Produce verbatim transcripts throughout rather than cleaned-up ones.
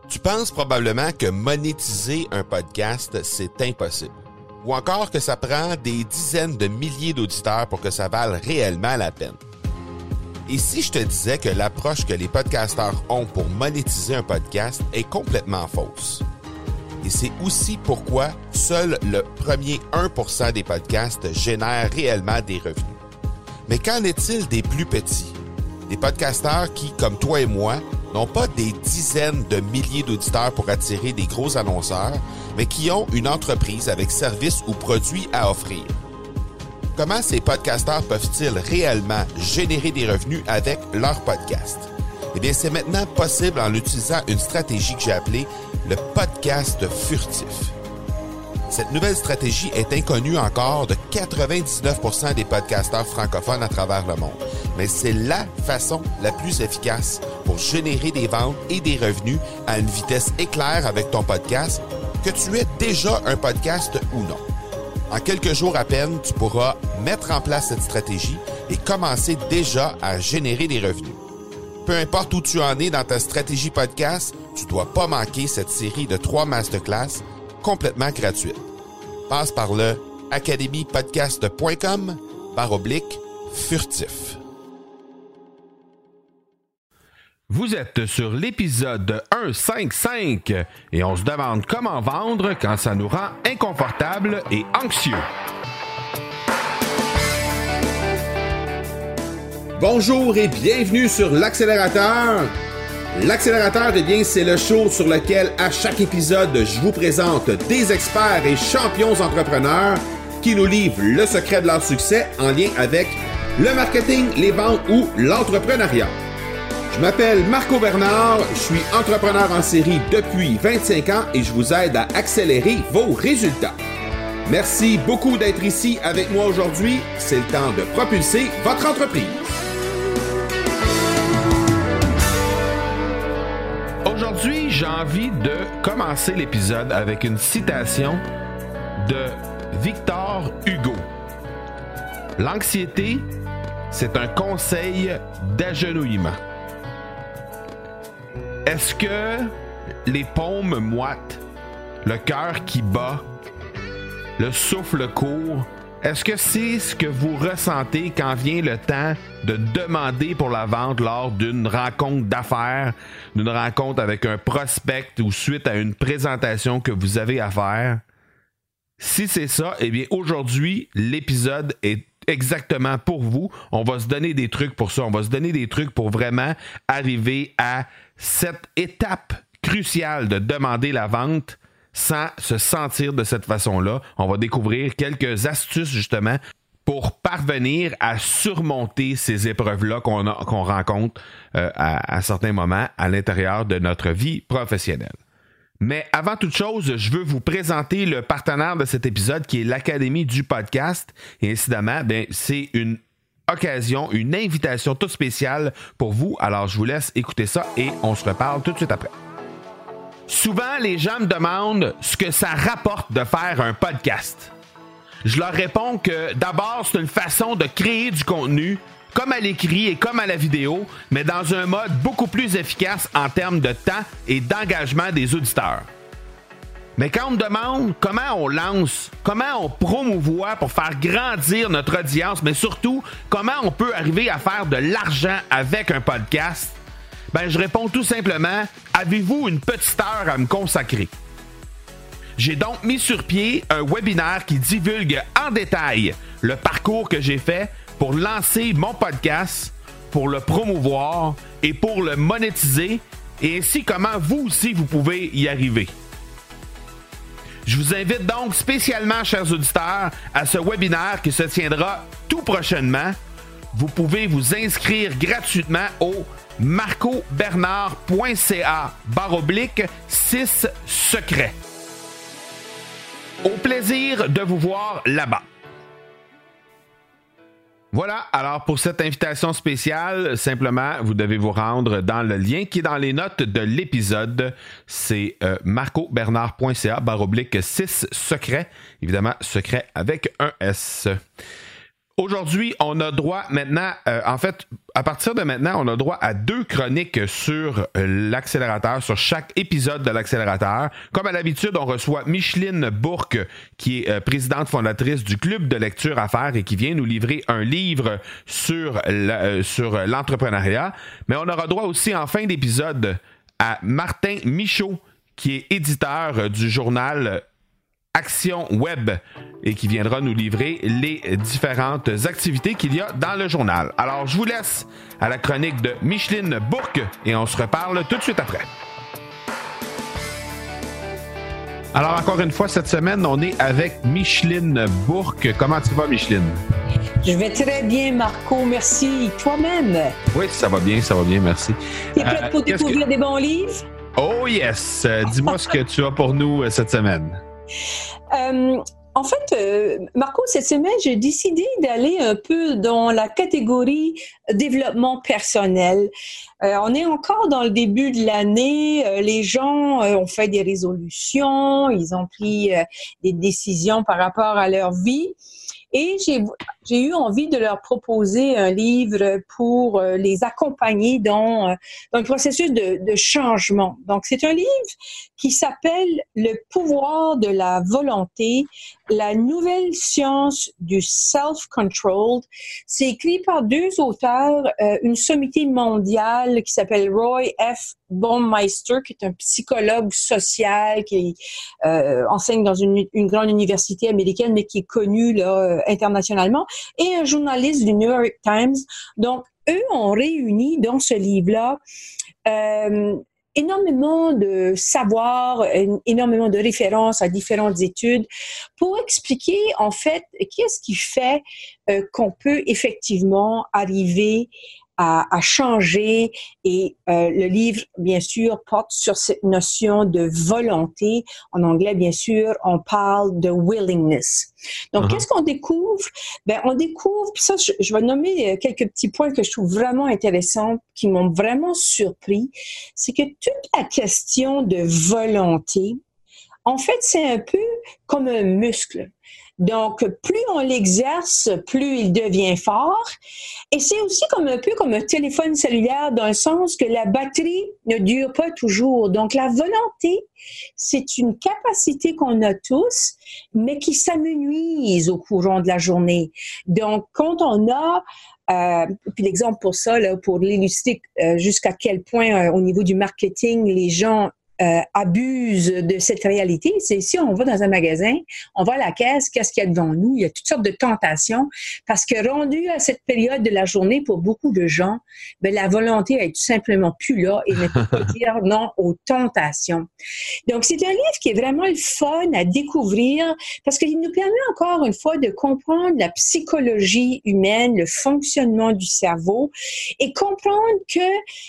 Tu penses probablement que monétiser un podcast, c'est impossible. Ou encore que ça prend des dizaines de milliers d'auditeurs pour que ça vale réellement la peine. Et si je te disais que l'approche que les podcasteurs ont pour monétiser un podcast est complètement fausse? Et c'est aussi pourquoi seul le premier un pour cent des podcasts génèrent réellement des revenus. Mais qu'en est-il des plus petits? Des podcasteurs qui, comme toi et moi, n'ont pas des dizaines de milliers d'auditeurs pour attirer des gros annonceurs, mais qui ont une entreprise avec services ou produits à offrir. Comment ces podcasteurs peuvent-ils réellement générer des revenus avec leur podcast? Eh bien, c'est maintenant possible en utilisant une stratégie que j'ai appelée le podcast furtif. Cette nouvelle stratégie est inconnue encore de quatre-vingt-dix-neuf pour cent des podcasteurs francophones à travers le monde. Mais c'est la façon la plus efficace pour générer des ventes et des revenus à une vitesse éclair avec ton podcast, que tu aies déjà un podcast ou non. En quelques jours à peine, tu pourras mettre en place cette stratégie et commencer déjà à générer des revenus. Peu importe où tu en es dans ta stratégie podcast, tu ne dois pas manquer cette série de trois masterclass complètement gratuite. Passe par le academy podcast point com barre oblique furtif. Vous êtes sur l'épisode cent cinquante-cinq et on se demande comment vendre quand ça nous rend inconfortable et anxieux. Bonjour et bienvenue sur l'Accélérateur. L'Accélérateur, eh bien, c'est le show sur lequel, à chaque épisode, je vous présente des experts et champions entrepreneurs qui nous livrent le secret de leur succès en lien avec le marketing, les ventes ou l'entrepreneuriat. Je m'appelle Marco Bernard, je suis entrepreneur en série depuis vingt-cinq ans et je vous aide à accélérer vos résultats. Merci beaucoup d'être ici avec moi aujourd'hui. C'est le temps de propulser votre entreprise. Aujourd'hui, j'ai envie de commencer l'épisode avec une citation de Victor Hugo. L'anxiété, c'est un conseil d'agenouillement. Est-ce que les paumes moites, le cœur qui bat, le souffle court, est-ce que c'est ce que vous ressentez quand vient le temps de demander pour la vente lors d'une rencontre d'affaires, d'une rencontre avec un prospect ou suite à une présentation que vous avez à faire? Si c'est ça, eh bien aujourd'hui, l'épisode est exactement pour vous. On va se donner des trucs pour ça. On va se donner des trucs pour vraiment arriver à cette étape cruciale de demander la vente sans se sentir de cette façon-là. On va découvrir quelques astuces justement pour parvenir à surmonter ces épreuves-là qu'on, a, qu'on rencontre euh, à, à certains moments à l'intérieur de notre vie professionnelle. Mais avant toute chose, je veux vous présenter le partenaire de cet épisode qui est l'Académie du podcast. Et incidemment, bien, c'est une occasion, une invitation toute spéciale pour vous. Alors, je vous laisse écouter ça et on se reparle tout de suite après. Souvent, les gens me demandent ce que ça rapporte de faire un podcast. Je leur réponds que d'abord, c'est une façon de créer du contenu, comme à l'écrit et comme à la vidéo, mais dans un mode beaucoup plus efficace en termes de temps et d'engagement des auditeurs. Mais quand on me demande comment on lance, comment on promouvoit pour faire grandir notre audience, mais surtout, comment on peut arriver à faire de l'argent avec un podcast, ben je réponds tout simplement, avez-vous une petite heure à me consacrer? J'ai donc mis sur pied un webinaire qui divulgue en détail le parcours que j'ai fait pour lancer mon podcast, pour le promouvoir et pour le monétiser, et ainsi comment vous aussi vous pouvez y arriver. Je vous invite donc spécialement, chers auditeurs, à ce webinaire qui se tiendra tout prochainement. Vous pouvez vous inscrire gratuitement au marcobernard.ca barre oblique six secrets. Au plaisir de vous voir là-bas. Voilà, alors pour cette invitation spéciale, simplement, vous devez vous rendre dans le lien qui est dans les notes de l'épisode. C'est euh, marcobernard.ca barre oblique six secrets. Évidemment, secret avec un S. Aujourd'hui, on a droit maintenant, euh, en fait, à partir de maintenant, on a droit à deux chroniques sur euh, l'accélérateur, sur chaque épisode de l'accélérateur. Comme à l'habitude, on reçoit Micheline Bourque, qui est euh, présidente fondatrice du Club de lecture à faire et qui vient nous livrer un livre sur, la, euh, sur l'entrepreneuriat. Mais on aura droit aussi en fin d'épisode à Martin Michaud, qui est éditeur du journal Action Web et qui viendra nous livrer les différentes activités qu'il y a dans le journal. Alors, je vous laisse à la chronique de Micheline Bourque et on se reparle tout de suite après. Alors, encore une fois, cette semaine, on est avec Micheline Bourque. Comment tu vas, Micheline? Je vais très bien, Marco. Merci. Toi-même? Oui, ça va bien, ça va bien, merci. T'es prête euh, pour découvrir que... des bons livres? Oh yes! Euh, dis-moi ce que tu as pour nous euh, cette semaine. Euh, en fait, euh, Marco, cette semaine, j'ai décidé d'aller un peu dans la catégorie développement personnel. Euh, on est encore dans le début de l'année. Euh, les gens euh, ont fait des résolutions, ils ont pris euh, des décisions par rapport à leur vie. Et j'ai, j'ai eu envie de leur proposer un livre pour euh, les accompagner dans, euh, dans le processus de, de changement. Donc, c'est un livre qui s'appelle « Le pouvoir de la volonté, la nouvelle science du self-control ». C'est écrit par deux auteurs, euh, une sommité mondiale qui s'appelle Roy F. Baumeister, qui est un psychologue social qui euh, enseigne dans une, une grande université américaine, mais qui est connu là, internationalement, et un journaliste du New York Times. Donc, eux ont réuni dans ce livre-là euh, énormément de savoir, énormément de références à différentes études pour expliquer, en fait, qu'est-ce qui fait euh, qu'on peut effectivement arriver À, à changer et euh, le livre, bien sûr, porte sur cette notion de volonté. En anglais, bien sûr, on parle de willingness. Donc, uh-huh. Qu'est-ce qu'on découvre? Ben, on découvre, puis ça, je, je vais nommer quelques petits points que je trouve vraiment intéressants, qui m'ont vraiment surpris. C'est que toute la question de volonté, en fait, c'est un peu comme un muscle. Donc, plus on l'exerce, plus il devient fort. Et c'est aussi comme un peu comme un téléphone cellulaire dans le sens que la batterie ne dure pas toujours. Donc, la volonté, c'est une capacité qu'on a tous, mais qui s'amenuise au courant de la journée. Donc, quand on a Euh, puis l'exemple pour ça, là, pour l'illustrer euh, jusqu'à quel point euh, au niveau du marketing, les gens Euh, abusent de cette réalité, c'est si on va dans un magasin, on va à la caisse, qu'est-ce qu'il y a devant nous? Il y a toutes sortes de tentations parce que rendu à cette période de la journée, pour beaucoup de gens, ben, la volonté est tout simplement plus là et ne peut pas dire non aux tentations. Donc, c'est un livre qui est vraiment le fun à découvrir parce qu'il nous permet encore une fois de comprendre la psychologie humaine, le fonctionnement du cerveau et comprendre que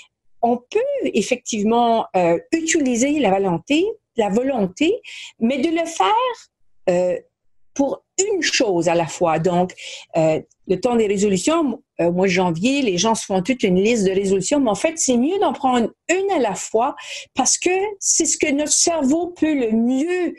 on peut effectivement euh, utiliser la volonté, la volonté, mais de le faire euh, pour une chose à la fois. Donc, euh, le temps des résolutions, euh, mois de janvier, les gens se font toute une liste de résolutions, mais en fait, c'est mieux d'en prendre une à la fois parce que c'est ce que notre cerveau peut le mieux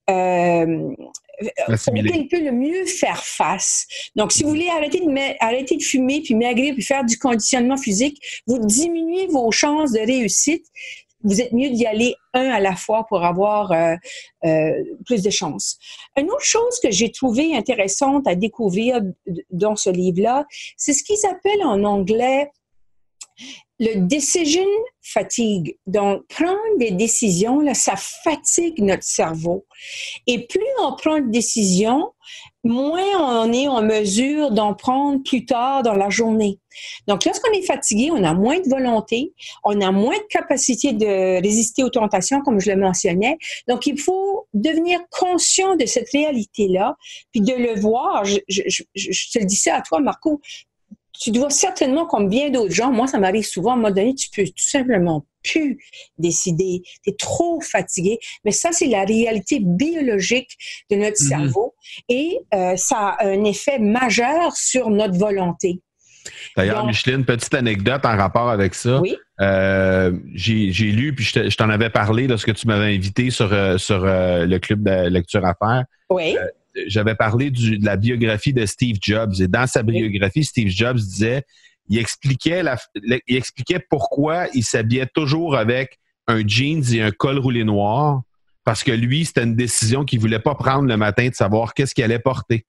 euh, auquel il peut le mieux faire face. Donc, si vous voulez arrêter de, ma- arrêter de fumer, puis maigrir, puis faire du conditionnement physique, vous diminuez vos chances de réussite. Vous êtes mieux d'y aller un à la fois pour avoir euh, euh, plus de chances. Une autre chose que j'ai trouvé intéressante à découvrir dans ce livre-là, c'est ce qu'ils appellent en anglais le decision fatigue. Donc, prendre des décisions, là, ça fatigue notre cerveau. Et plus on prend de décisions, moins on est en mesure d'en prendre plus tard dans la journée. Donc, lorsqu'on est fatigué, on a moins de volonté, on a moins de capacité de résister aux tentations, comme je le mentionnais. Donc, il faut devenir conscient de cette réalité-là, puis de le voir. Je, je, je, je te le dis ça à toi, Marco. Tu dois certainement, comme bien d'autres gens, moi, ça m'arrive souvent, à un moment donné, tu peux tout simplement plus décider. Tu es trop fatigué. Mais ça, c'est la réalité biologique de notre mm-hmm. cerveau et euh, ça a un effet majeur sur notre volonté. D'ailleurs, Donc, Micheline, petite anecdote en rapport avec ça. Oui. Euh, j'ai, j'ai lu, puis je, te, je t'en avais parlé lorsque tu m'avais invité sur, euh, sur euh, le club de lecture à faire. Oui. Euh, j'avais parlé du, de la biographie de Steve Jobs. Et dans sa biographie, Steve Jobs disait, il expliquait, la, il expliquait pourquoi il s'habillait toujours avec un jeans et un col roulé noir. Parce que lui, c'était une décision qu'il voulait pas prendre le matin de savoir qu'est-ce qu'il allait porter.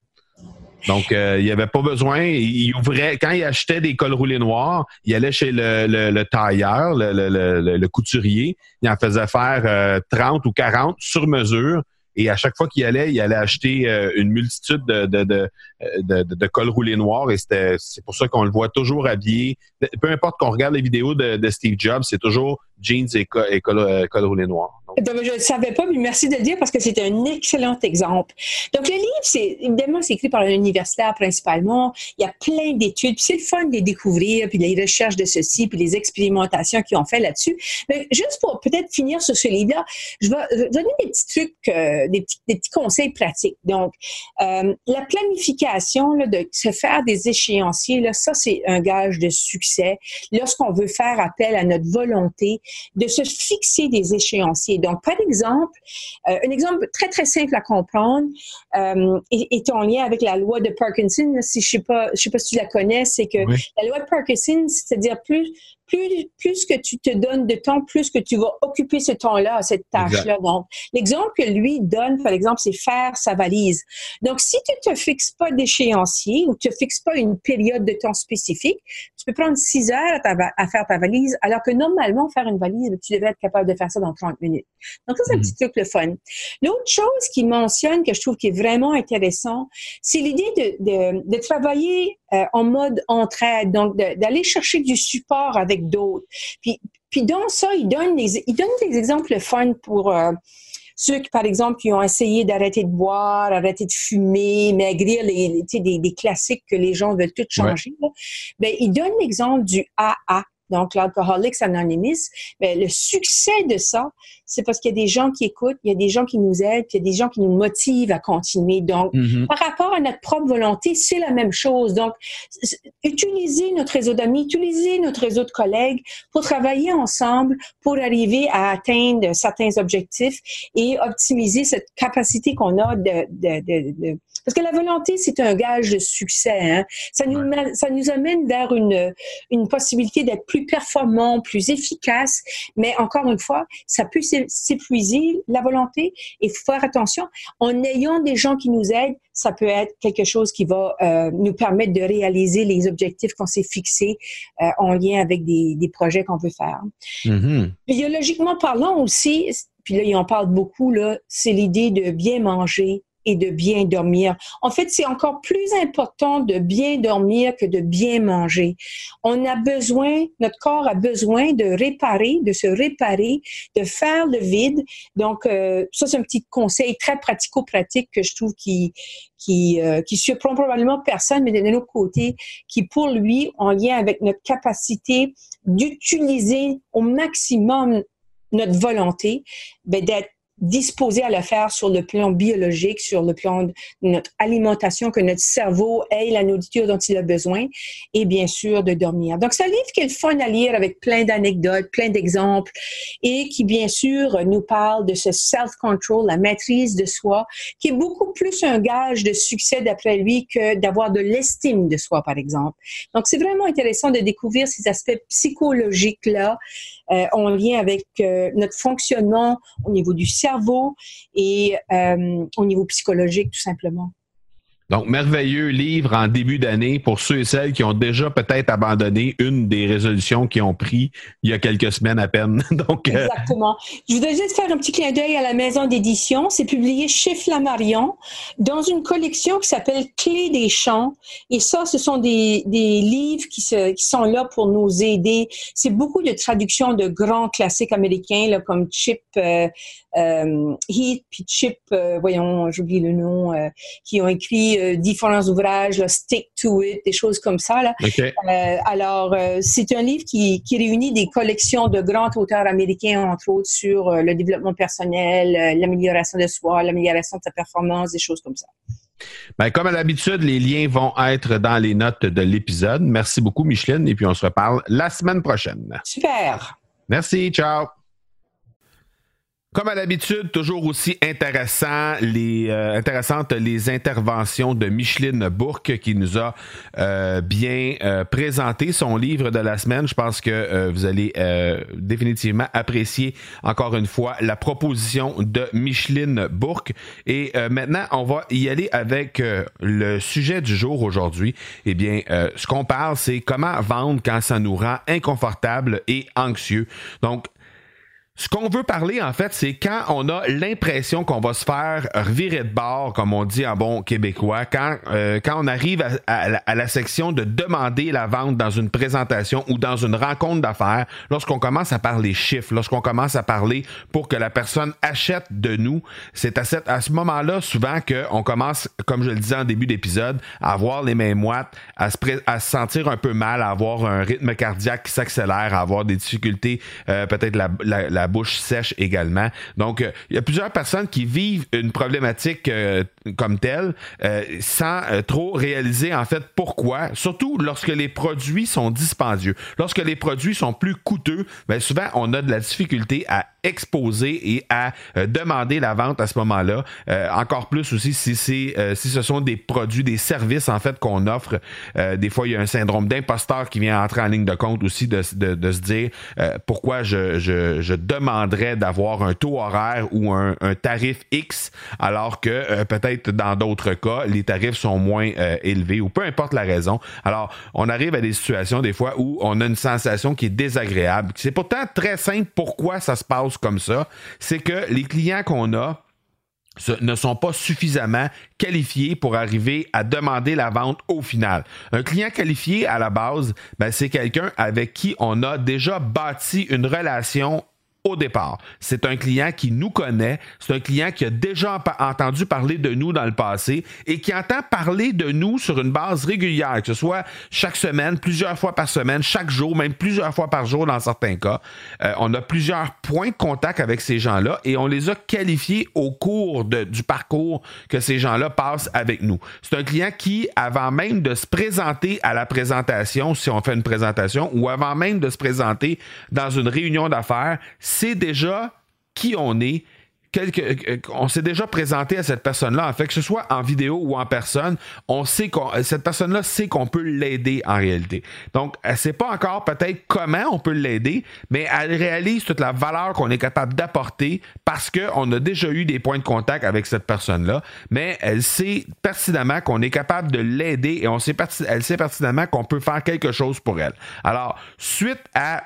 Donc, euh, il n'y avait pas besoin. Il ouvrait, quand il achetait des cols roulés noirs, il allait chez le, le, le tailleur, le, le, le, le couturier. Il en faisait faire euh, trente ou quarante sur mesure. Et à chaque fois qu'il allait, il allait acheter euh, une multitude de, de, de, de, de, de cols roulés noirs. Et c'était, c'est pour ça qu'on le voit toujours habillé. Peu importe qu'on regarde les vidéos de, de Steve Jobs, c'est toujours jeans et, co- et col, euh, col roulé noir. Donc, Donc, je ne savais pas, mais merci de le dire parce que c'est un excellent exemple. Donc, le livre, c'est évidemment, c'est écrit par un universitaire principalement. Il y a plein d'études. Puis c'est le fun de les découvrir, puis les recherches de ceci, puis les expérimentations qu'ils ont fait là-dessus. Mais juste pour peut-être finir sur ce livre-là, je vais donner des petits trucs, euh, des, petits, des petits conseils pratiques. Donc, euh, la planification, là, de se faire des échéanciers, là, ça, c'est un gage de succès. Lorsqu'on veut faire appel à notre volonté de se fixer des échéanciers. Donc, par exemple, euh, un exemple très, très simple à comprendre euh, est, est en lien avec la loi de Parkinson. Si je ne sais pas, je sais pas si tu la connais, c'est que oui. La loi de Parkinson, c'est-à-dire plus, plus, plus que tu te donnes de temps, plus que tu vas occuper ce temps-là à cette tâche-là. Exact. Donc, l'exemple que lui donne, par exemple, c'est faire sa valise. Donc, si tu ne te fixes pas d'échéancier ou tu ne te fixes pas une période de temps spécifique, tu peux prendre six heures à, ta, à faire ta valise, alors que normalement, faire une valise, tu devrais être capable de faire ça dans trente minutes. Donc, ça, c'est un petit truc le fun. L'autre chose qu'il mentionne, que je trouve qui est vraiment intéressant, c'est l'idée de, de, de travailler euh, en mode entraide, donc de, d'aller chercher du support avec d'autres. Puis, puis dans ça, il donne des, il donne des exemples fun pour euh, ceux qui, par exemple, qui ont essayé d'arrêter de boire, arrêter de fumer, maigrir, les, tu sais, des, des classiques que les gens veulent tout changer. Ouais. Ben, il donne l'exemple du A A. Donc, l'Alcoholics Anonymous, bien, le succès de ça, c'est parce qu'il y a des gens qui écoutent, il y a des gens qui nous aident, puis il y a des gens qui nous motivent à continuer. Donc, mm-hmm. par rapport à notre propre volonté, c'est la même chose. Donc, utiliser notre réseau d'amis, utiliser notre réseau de collègues pour travailler ensemble, pour arriver à atteindre certains objectifs et optimiser cette capacité qu'on a de... de, de, de parce que la volonté, c'est un gage de succès. Hein? Ça, nous, ça nous amène vers une, une possibilité d'être plus performant, plus efficace. Mais encore une fois, ça peut s'épuiser, la volonté. Et il faut faire attention. En ayant des gens qui nous aident, ça peut être quelque chose qui va euh, nous permettre de réaliser les objectifs qu'on s'est fixés euh, en lien avec des, des projets qu'on veut faire. Mm-hmm. Biologiquement parlant aussi, puis là, il en parle beaucoup, là, c'est l'idée de bien manger et de bien dormir. En fait, c'est encore plus important de bien dormir que de bien manger. On a besoin, notre corps a besoin de réparer, de se réparer, de faire le vide. Donc, euh, ça, c'est un petit conseil très pratico-pratique que je trouve qui qui euh, qui surprend probablement personne, mais d'un autre côté, qui pour lui, en lien avec notre capacité d'utiliser au maximum notre volonté, ben, d'être disposé à le faire sur le plan biologique, sur le plan de notre alimentation, que notre cerveau ait la nourriture dont il a besoin et bien sûr de dormir. Donc, c'est un livre qui est le fun à lire avec plein d'anecdotes, plein d'exemples et qui bien sûr nous parle de ce self-control, la maîtrise de soi, qui est beaucoup plus un gage de succès d'après lui que d'avoir de l'estime de soi, par exemple. Donc, c'est vraiment intéressant de découvrir ces aspects psychologiques-là euh, en lien avec euh, notre fonctionnement au niveau du cerveau, cerveau et euh, au niveau psychologique, tout simplement. Donc, merveilleux livre en début d'année pour ceux et celles qui ont déjà peut-être abandonné une des résolutions qu'ils ont prises il y a quelques semaines à peine. Donc, euh... Exactement. Je voudrais juste faire un petit clin d'œil à la maison d'édition. C'est publié chez Flammarion dans une collection qui s'appelle Clés des chants. Et ça, ce sont des, des livres qui, se, qui sont là pour nous aider. C'est beaucoup de traductions de grands classiques américains là, comme Chip euh, euh, Heath puis Chip, euh, voyons, j'oublie le nom, euh, qui ont écrit Euh, différents ouvrages, là, Stick to It, des choses comme ça. Là. Okay. Euh, alors, euh, c'est un livre qui, qui réunit des collections de grands auteurs américains, entre autres, sur euh, le développement personnel, euh, l'amélioration de soi, l'amélioration de sa performance, des choses comme ça. Ben, comme à l'habitude, les liens vont être dans les notes de l'épisode. Merci beaucoup, Micheline, et puis on se reparle la semaine prochaine. Super! Merci, ciao! Comme à l'habitude, toujours aussi intéressant, les, euh, intéressantes les interventions de Micheline Bourque qui nous a euh, bien euh, présenté son livre de la semaine. Je pense que euh, vous allez euh, définitivement apprécier encore une fois la proposition de Micheline Bourque. Et euh, maintenant, on va y aller avec euh, le sujet du jour aujourd'hui. Eh bien, euh, ce qu'on parle, c'est comment vendre quand ça nous rend inconfortable et anxieux. Donc, ce qu'on veut parler, en fait, c'est quand on a l'impression qu'on va se faire revirer de bord, comme on dit en bon québécois, quand, euh, quand on arrive à, à, à la section de demander la vente dans une présentation ou dans une rencontre d'affaires, lorsqu'on commence à parler chiffres, lorsqu'on commence à parler pour que la personne achète de nous, c'est à, cette, à ce moment-là, souvent, qu'on commence, comme je le disais en début d'épisode, à avoir les mains moites, à se, pré- à se sentir un peu mal, à avoir un rythme cardiaque qui s'accélère, à avoir des difficultés, euh, peut-être la, la, la bouche sèche également. Donc, euh, il y a plusieurs personnes qui vivent une problématique euh, comme telle euh, sans euh, trop réaliser en fait pourquoi, surtout lorsque les produits sont dispendieux. Lorsque les produits sont plus coûteux, bien souvent, on a de la difficulté à exposer et à euh, demander la vente à ce moment-là. Euh, encore plus aussi si c'est euh, si ce sont des produits, des services en fait qu'on offre. Euh, des fois, il y a un syndrome d'imposteur qui vient entrer en ligne de compte aussi de, de, de se dire euh, pourquoi je, je, je demanderais d'avoir un taux horaire ou un, un tarif X alors que euh, peut-être dans d'autres cas, les tarifs sont moins euh, élevés ou peu importe la raison. Alors, on arrive à des situations des fois où on a une sensation qui est désagréable. C'est pourtant très simple pourquoi ça se passe comme ça, c'est que les clients qu'on a ne sont pas suffisamment qualifiés pour arriver à demander la vente au final. Un client qualifié à la base, ben, c'est quelqu'un avec qui on a déjà bâti une relation au départ. C'est un client qui nous connaît, c'est un client qui a déjà entendu parler de nous dans le passé et qui entend parler de nous sur une base régulière, que ce soit chaque semaine, plusieurs fois par semaine, chaque jour, même plusieurs fois par jour dans certains cas. Euh, on a plusieurs points de contact avec ces gens-là et on les a qualifiés au cours de, du parcours que ces gens-là passent avec nous. C'est un client qui, avant même de se présenter à la présentation, si on fait une présentation, ou avant même de se présenter dans une réunion d'affaires, c'est déjà qui on est, quelque, on s'est déjà présenté à cette personne-là, en fait, que ce soit en vidéo ou en personne, on sait qu'on, cette personne-là sait qu'on peut l'aider en réalité. Donc, elle ne sait pas encore peut-être comment on peut l'aider, mais elle réalise toute la valeur qu'on est capable d'apporter parce qu'on a déjà eu des points de contact avec cette personne-là, mais elle sait pertinemment qu'on est capable de l'aider et on sait perti- elle sait pertinemment qu'on peut faire quelque chose pour elle. Alors, suite à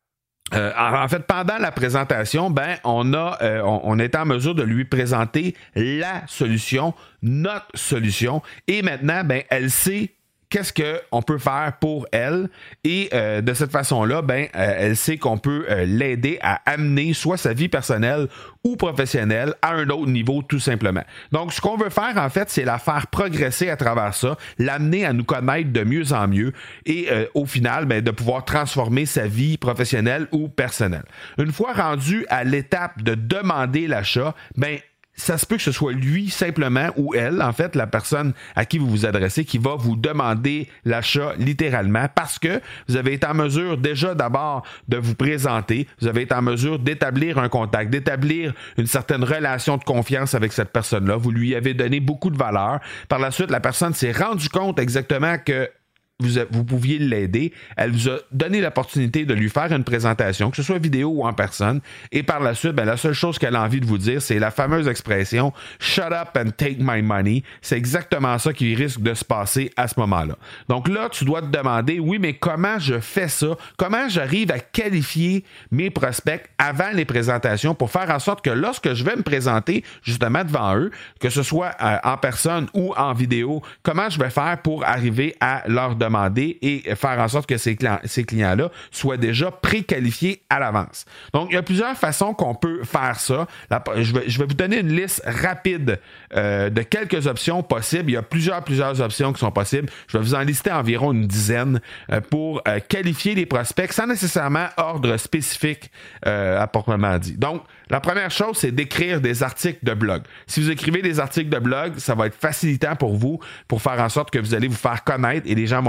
Euh, en fait, pendant la présentation, ben, on a, euh, on, on est en mesure de lui présenter la solution, notre solution, et maintenant, ben, elle sait qu'est-ce qu'on peut faire pour elle et euh, de cette façon-là, ben, euh, elle sait qu'on peut euh, l'aider à amener soit sa vie personnelle ou professionnelle à un autre niveau tout simplement. Donc, ce qu'on veut faire en fait, c'est la faire progresser à travers ça, l'amener à nous connaître de mieux en mieux et euh, au final, ben, de pouvoir transformer sa vie professionnelle ou personnelle. Une fois rendu à l'étape de demander l'achat, ben, ça se peut que ce soit lui simplement ou elle, en fait, la personne à qui vous vous adressez, qui va vous demander l'achat littéralement parce que vous avez été en mesure déjà d'abord de vous présenter, vous avez été en mesure d'établir un contact, d'établir une certaine relation de confiance avec cette personne-là. Vous lui avez donné beaucoup de valeur. Par la suite, la personne s'est rendue compte exactement que Vous, vous pouviez l'aider. Elle vous a donné l'opportunité de lui faire une présentation, que ce soit vidéo ou en personne. Et par la suite, ben, la seule chose qu'elle a envie de vous dire, c'est la fameuse expression « Shut up and take my money ». C'est exactement ça qui risque de se passer à ce moment-là. Donc là, tu dois te demander, oui, mais comment je fais ça? Comment j'arrive à qualifier mes prospects avant les présentations pour faire en sorte que lorsque je vais me présenter justement devant eux, que ce soit euh, en personne ou en vidéo, comment je vais faire pour arriver à leur demander demander et faire en sorte que ces, clients, ces clients-là soient déjà préqualifiés à l'avance. Donc, il y a plusieurs façons qu'on peut faire ça. La, je, vais, je vais vous donner une liste rapide euh, de quelques options possibles. Il y a plusieurs, plusieurs options qui sont possibles. Je vais vous en lister environ une dizaine euh, pour euh, qualifier les prospects sans nécessairement ordre spécifique euh, à proprement dit. Donc, la première chose, c'est d'écrire des articles de blog. Si vous écrivez des articles de blog, ça va être facilitant pour vous pour faire en sorte que vous allez vous faire connaître et les gens vont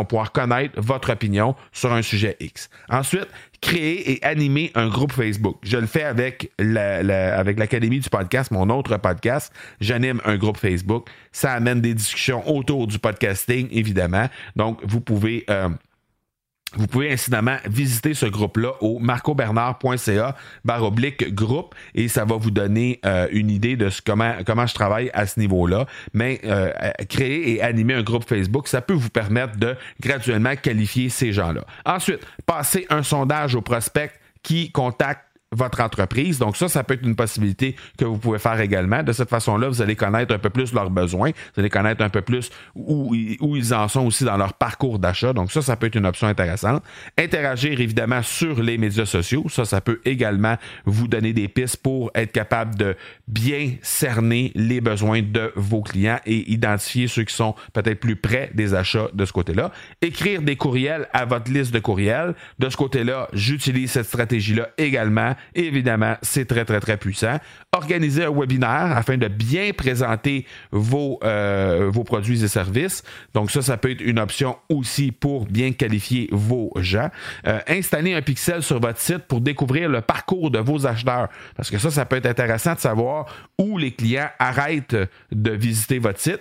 pouvoir connaître votre opinion sur un sujet X. Ensuite, créer et animer un groupe Facebook. Je le fais avec, la, la, avec l'Académie du podcast, mon autre podcast. J'anime un groupe Facebook. Ça amène des discussions autour du podcasting, évidemment. Donc, vous pouvez... Euh, Vous pouvez incidemment visiter ce groupe-là au marcobernard.ca barre oblique groupe et ça va vous donner euh, une idée de ce, comment, comment je travaille à ce niveau-là. Mais euh, créer et animer un groupe Facebook, ça peut vous permettre de graduellement qualifier ces gens-là. Ensuite, passer un sondage aux prospects qui contactent votre entreprise. Donc ça, ça peut être une possibilité que vous pouvez faire également. De cette façon-là, vous allez connaître un peu plus leurs besoins, vous allez connaître un peu plus où, où ils en sont aussi dans leur parcours d'achat. Donc ça, ça peut être une option intéressante. Interagir évidemment sur les médias sociaux. Ça, ça peut également vous donner des pistes pour être capable de bien cerner les besoins de vos clients et identifier ceux qui sont peut-être plus près des achats de ce côté-là. Écrire des courriels à votre liste de courriels. De ce côté-là, j'utilise cette stratégie-là également. Et évidemment, c'est très, très, très puissant. Organiser un webinaire afin de bien présenter vos, euh, vos produits et services. Donc ça, ça peut être une option aussi pour bien qualifier vos gens. Euh, installer un pixel sur votre site pour découvrir le parcours de vos acheteurs. Parce que ça, ça peut être intéressant de savoir où les clients arrêtent de visiter votre site.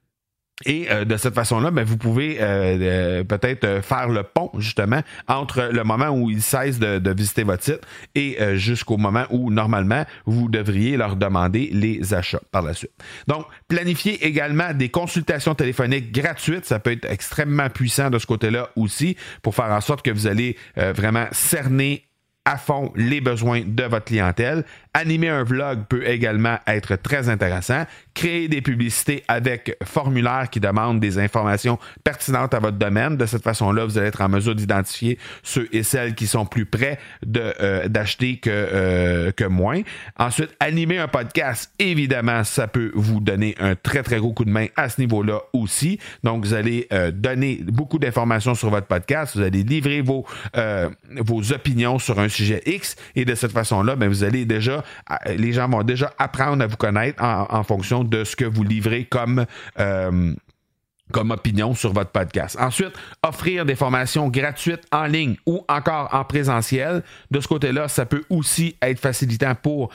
Et euh, de cette façon-là, ben, vous pouvez euh, euh, peut-être euh, faire le pont, justement, entre le moment où ils cessent de, de visiter votre site et euh, jusqu'au moment où, normalement, vous devriez leur demander les achats par la suite. Donc, planifiez également des consultations téléphoniques gratuites. Ça peut être extrêmement puissant de ce côté-là aussi pour faire en sorte que vous allez euh, vraiment cerner à fond les besoins de votre clientèle. Animer un vlog peut également être très intéressant. Créer des publicités avec formulaires qui demandent des informations pertinentes à votre domaine. De cette façon-là, vous allez être en mesure d'identifier ceux et celles qui sont plus près de, euh, d'acheter que, euh, que moins. Ensuite, animer un podcast, évidemment, ça peut vous donner un très, très gros coup de main à ce niveau-là aussi. Donc, vous allez euh, donner beaucoup d'informations sur votre podcast. Vous allez livrer vos, euh, vos opinions sur un sujet X et de cette façon-là, ben, vous allez déjà, les gens vont déjà apprendre à vous connaître en, en fonction de ce que vous livrez comme, euh, comme opinion sur votre podcast. Ensuite, offrir des formations gratuites en ligne ou encore en présentiel. De ce côté-là, ça peut aussi être facilitant pour,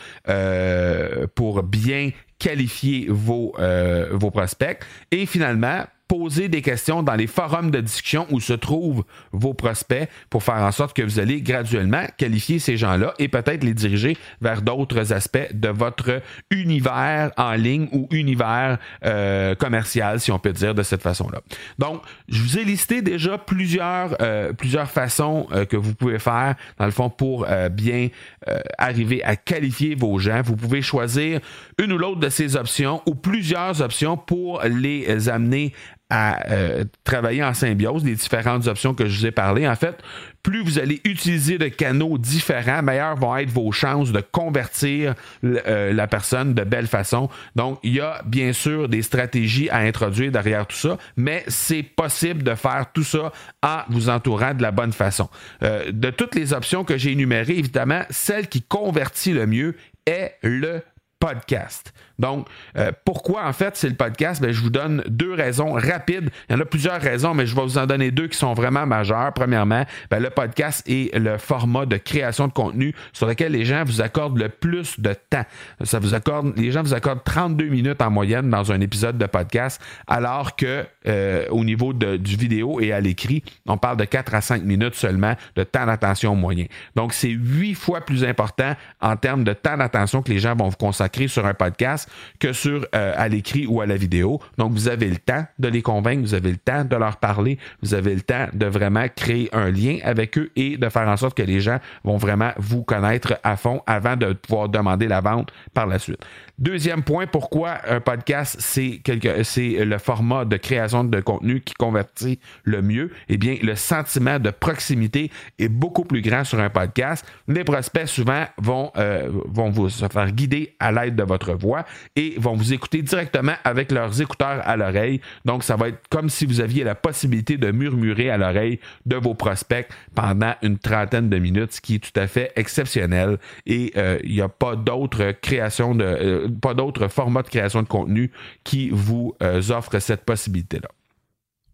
euh, pour bien qualifier vos, euh, vos prospects. Et finalement, poser des questions dans les forums de discussion où se trouvent vos prospects pour faire en sorte que vous allez graduellement qualifier ces gens-là et peut-être les diriger vers d'autres aspects de votre univers en ligne ou univers euh, commercial, si on peut dire de cette façon-là. Donc, je vous ai listé déjà plusieurs, euh, plusieurs façons euh, que vous pouvez faire, dans le fond, pour euh, bien euh, arriver à qualifier vos gens. Vous pouvez choisir une ou l'autre de ces options ou plusieurs options pour les amener à euh, travailler en symbiose, les différentes options que je vous ai parlé. En fait, plus vous allez utiliser de canaux différents, meilleures vont être vos chances de convertir euh, la personne de belle façon. Donc, il y a bien sûr des stratégies à introduire derrière tout ça, mais c'est possible de faire tout ça en vous entourant de la bonne façon. Euh, de toutes les options que j'ai énumérées, évidemment, celle qui convertit le mieux est le podcast. Donc, euh, pourquoi en fait c'est le podcast? Bien, je vous donne deux raisons rapides. Il y en a plusieurs raisons, mais je vais vous en donner deux qui sont vraiment majeures. Premièrement, bien, le podcast est le format de création de contenu sur lequel les gens vous accordent le plus de temps. Ça vous accorde, les gens vous accordent trente-deux minutes en moyenne dans un épisode de podcast, alors que euh, au niveau de, du vidéo et à l'écrit, on parle de quatre à cinq minutes seulement de temps d'attention moyen. Donc, c'est huit fois plus important en termes de temps d'attention que les gens vont vous consacrer sur un podcast que sur euh, à l'écrit ou à la vidéo. Donc, vous avez le temps de les convaincre, vous avez le temps de leur parler, vous avez le temps de vraiment créer un lien avec eux et de faire en sorte que les gens vont vraiment vous connaître à fond avant de pouvoir demander la vente par la suite. Deuxième point, pourquoi un podcast, c'est, quelque, c'est le format de création de contenu qui convertit le mieux? Eh bien, le sentiment de proximité est beaucoup plus grand sur un podcast. Les prospects, souvent, vont, euh, vont vous se faire guider à l'aide de votre voix et vont vous écouter directement avec leurs écouteurs à l'oreille. Donc, ça va être comme si vous aviez la possibilité de murmurer à l'oreille de vos prospects pendant une trentaine de minutes, ce qui est tout à fait exceptionnel. Et euh, il n'y a pas d'autres créations de... Euh, pas d'autres formats de création de contenu qui vous euh, offrent cette possibilité-là.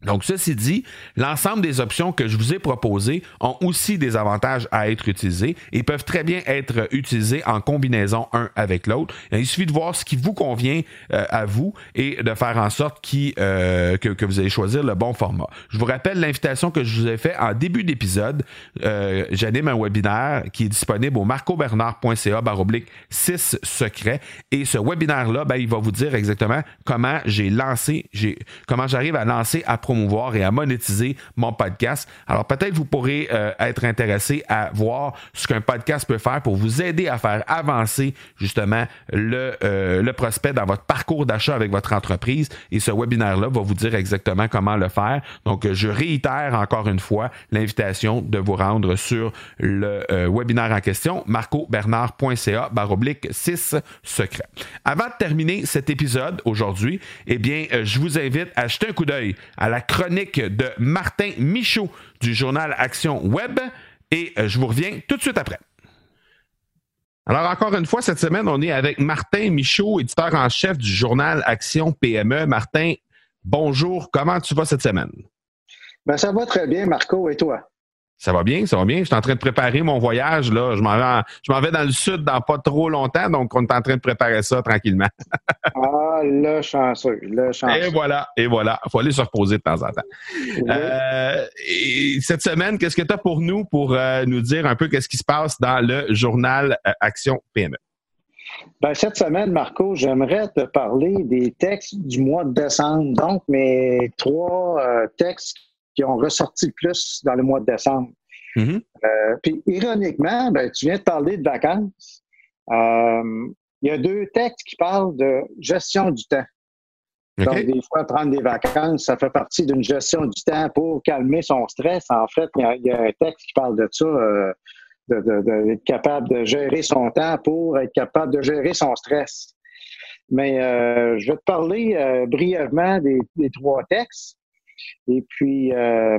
Donc, ceci dit, l'ensemble des options que je vous ai proposées ont aussi des avantages à être utilisés et peuvent très bien être utilisées en combinaison un avec l'autre. Il suffit de voir ce qui vous convient euh, à vous et de faire en sorte qui, euh, que, que vous allez choisir le bon format. Je vous rappelle l'invitation que je vous ai faite en début d'épisode. Euh, j'anime un webinaire qui est disponible au marcobernard.ca baroblique six secrets et ce webinaire-là, ben, il va vous dire exactement comment j'ai lancé, j'ai, comment j'arrive à lancer, à promouvoir et à monétiser mon podcast. Alors peut-être vous pourrez euh, être intéressé à voir ce qu'un podcast peut faire pour vous aider à faire avancer justement le, euh, le prospect dans votre parcours d'achat avec votre entreprise et ce webinaire-là va vous dire exactement comment le faire. Donc je réitère encore une fois l'invitation de vous rendre sur le euh, webinaire en question, marcobernard.ca baroblique six secrets. Avant de terminer cet épisode aujourd'hui, eh bien euh, je vous invite à jeter un coup d'œil à la chronique de Martin Michaud du journal Action Web et je vous reviens tout de suite après. Alors encore une fois, cette semaine, on est avec Martin Michaud, éditeur en chef du journal Action P M E. Martin, bonjour, comment tu vas cette semaine? Ben, ça va très bien, Marco, et toi? Ça va bien, ça va bien. Je suis en train de préparer mon voyage. Là. Je m'en vais, en, je m'en vais dans le sud dans pas trop longtemps, donc on est en train de préparer ça tranquillement. Ah, le chanceux, le chanceux. Et voilà, et voilà. Il faut aller se reposer de temps en temps. Oui. Euh, et cette semaine, qu'est-ce que tu as pour nous pour euh, nous dire un peu qu'est-ce qui se passe dans le journal euh, Action P M E? Ben, cette semaine, Marco, j'aimerais te parler des textes du mois de décembre. Donc, mes trois euh, textes qui ont ressorti le plus dans le mois de décembre. Mm-hmm. Euh, puis, ironiquement, ben, tu viens de parler de vacances. Euh, il y a deux textes qui parlent de gestion du temps. Okay. Donc, des fois, prendre des vacances, ça fait partie d'une gestion du temps pour calmer son stress. En fait, il y a, il y a un texte qui parle de ça, euh, de, de, de, d'être capable de gérer son temps pour être capable de gérer son stress. Mais euh, je vais te parler euh, brièvement des, des trois textes. Et puis, euh,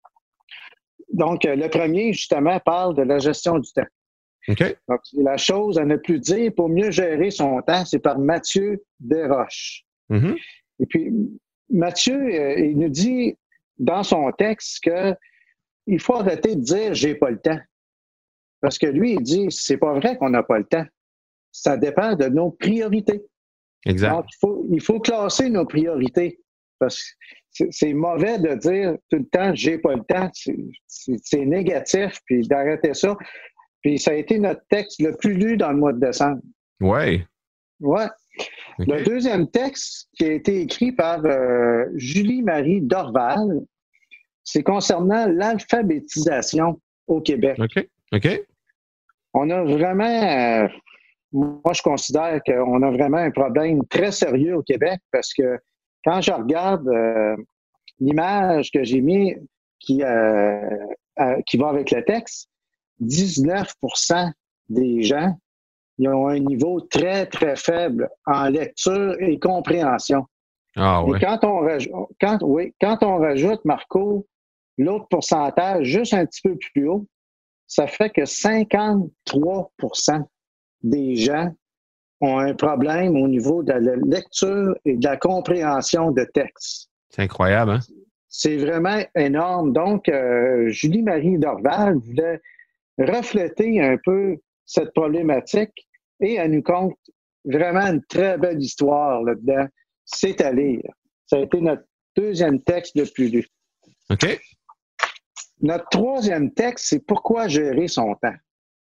donc, le premier, justement, parle de la gestion du temps. Okay. Donc, la chose à ne plus dire pour mieux gérer son temps, c'est par Mathieu Desroches. Mm-hmm. Et puis, Mathieu, euh, il nous dit dans son texte qu'il faut arrêter de dire « j'ai pas le temps ». Parce que lui, il dit « c'est pas vrai qu'on n'a pas le temps. Ça dépend de nos priorités ». Exact. Donc, il faut, il faut classer nos priorités. Parce que c'est, c'est mauvais de dire tout le temps « j'ai pas le temps ». C'est, c'est, c'est négatif, puis d'arrêter ça. Puis ça a été notre texte le plus lu dans le mois de décembre. Oui. Oui. Okay. Le deuxième texte qui a été écrit par euh, Julie-Marie Dorval, c'est concernant l'alphabétisation au Québec. OK. OK. On a vraiment, euh, moi je considère qu'on a vraiment un problème très sérieux au Québec parce que quand je regarde euh, l'image que j'ai mise qui, euh, euh, qui va avec le texte, dix-neuf pour cent des gens ils ont un niveau très, très faible en lecture et compréhension. Ah, ouais. Et quand on, rajoute, quand, oui, quand on rajoute, Marco, l'autre pourcentage juste un petit peu plus haut, ça fait que cinquante-trois pour cent des gens ont un problème au niveau de la lecture et de la compréhension de texte. C'est incroyable, hein? C'est vraiment énorme. Donc, euh, Julie-Marie Dorval voulait refléter un peu cette problématique et elle nous conte vraiment une très belle histoire là-dedans. C'est à lire. Ça a été notre deuxième texte le plus lu. OK. Notre troisième texte, c'est « Pourquoi gérer son temps ».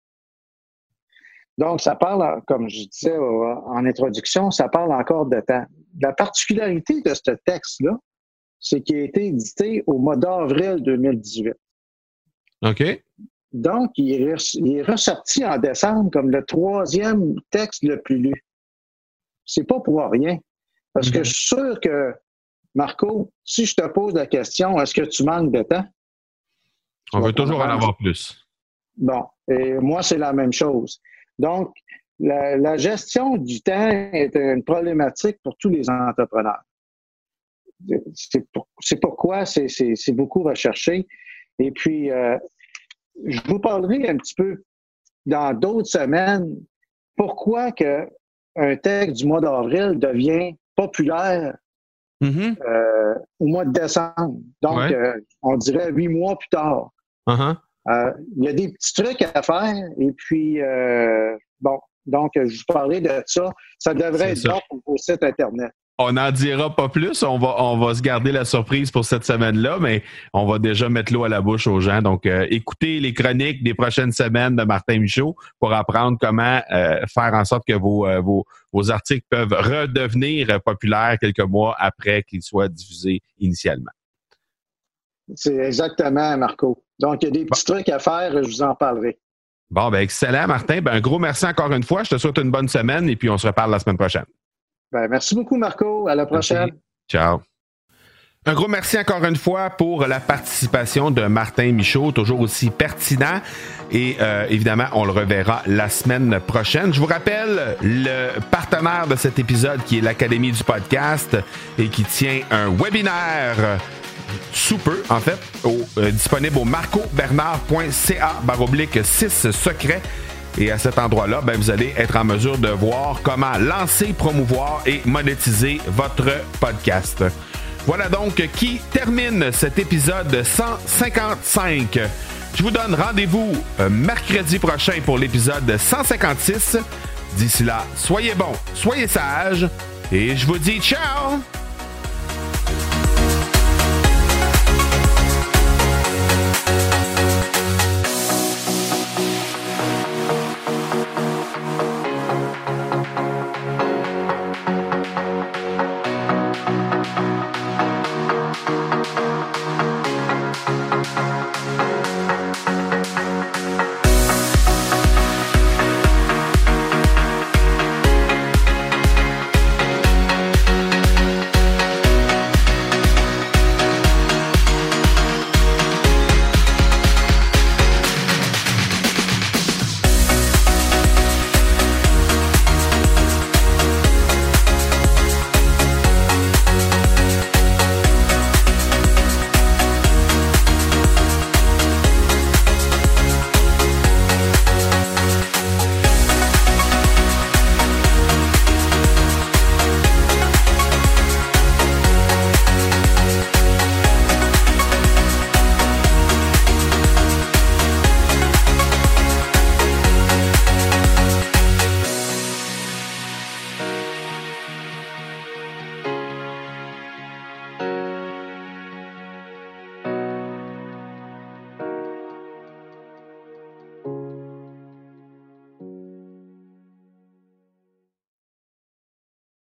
Donc, ça parle, comme je disais en introduction, ça parle encore de temps. La particularité de ce texte-là, c'est qu'il a été édité au mois d'avril deux mille dix-huit. OK. Donc, il est, il est ressorti en décembre comme le troisième texte le plus lu. C'est pas pour rien. Parce mm-hmm. que je suis sûr que, Marco, si je te pose la question, est-ce que tu manques de temps? On veut toujours en avoir plus. Bon, et moi, c'est la même chose. Donc, la, la gestion du temps est une problématique pour tous les entrepreneurs. C'est, pour, c'est pourquoi c'est, c'est, c'est beaucoup recherché. Et puis, euh, je vous parlerai un petit peu dans d'autres semaines pourquoi que un texte du mois d'avril devient populaire Mm-hmm. euh, au mois de décembre. Donc, ouais. euh, on dirait huit mois plus tard. Uh-huh. Euh, il y a des petits trucs à faire. Et puis, euh, bon, donc, je vous parlais de ça. Ça devrait C'est être ça. bon pour vos sites Internet. On n'en dira pas plus. On va, on va se garder la surprise pour cette semaine-là, mais on va déjà mettre l'eau à la bouche aux gens. Donc, euh, écoutez les chroniques des prochaines semaines de Martin Michaud pour apprendre comment euh, faire en sorte que vos, euh, vos, vos articles peuvent redevenir populaires quelques mois après qu'ils soient diffusés initialement. C'est exactement, Marco. Donc, il y a des petits bon. trucs à faire. Je vous en parlerai. Bon, ben excellent, Martin. Ben, un gros merci encore une fois. Je te souhaite une bonne semaine et puis on se reparle la semaine prochaine. Ben, merci beaucoup, Marco. À la prochaine. Merci. Ciao. Un gros merci encore une fois pour la participation de Martin Michaud, toujours aussi pertinent. Et euh, évidemment, on le reverra la semaine prochaine. Je vous rappelle le partenaire de cet épisode qui est l'Académie du podcast et qui tient un webinaire sous peu, en fait, au, euh, disponible au marcobernard.ca baroblique six secrets. Et à cet endroit-là, ben, vous allez être en mesure de voir comment lancer, promouvoir et monétiser votre podcast. Voilà donc qui termine cet épisode cent cinquante-cinq. Je vous donne rendez-vous euh, mercredi prochain pour l'épisode cent cinquante-six. D'ici là, soyez bons, soyez sages et je vous dis ciao!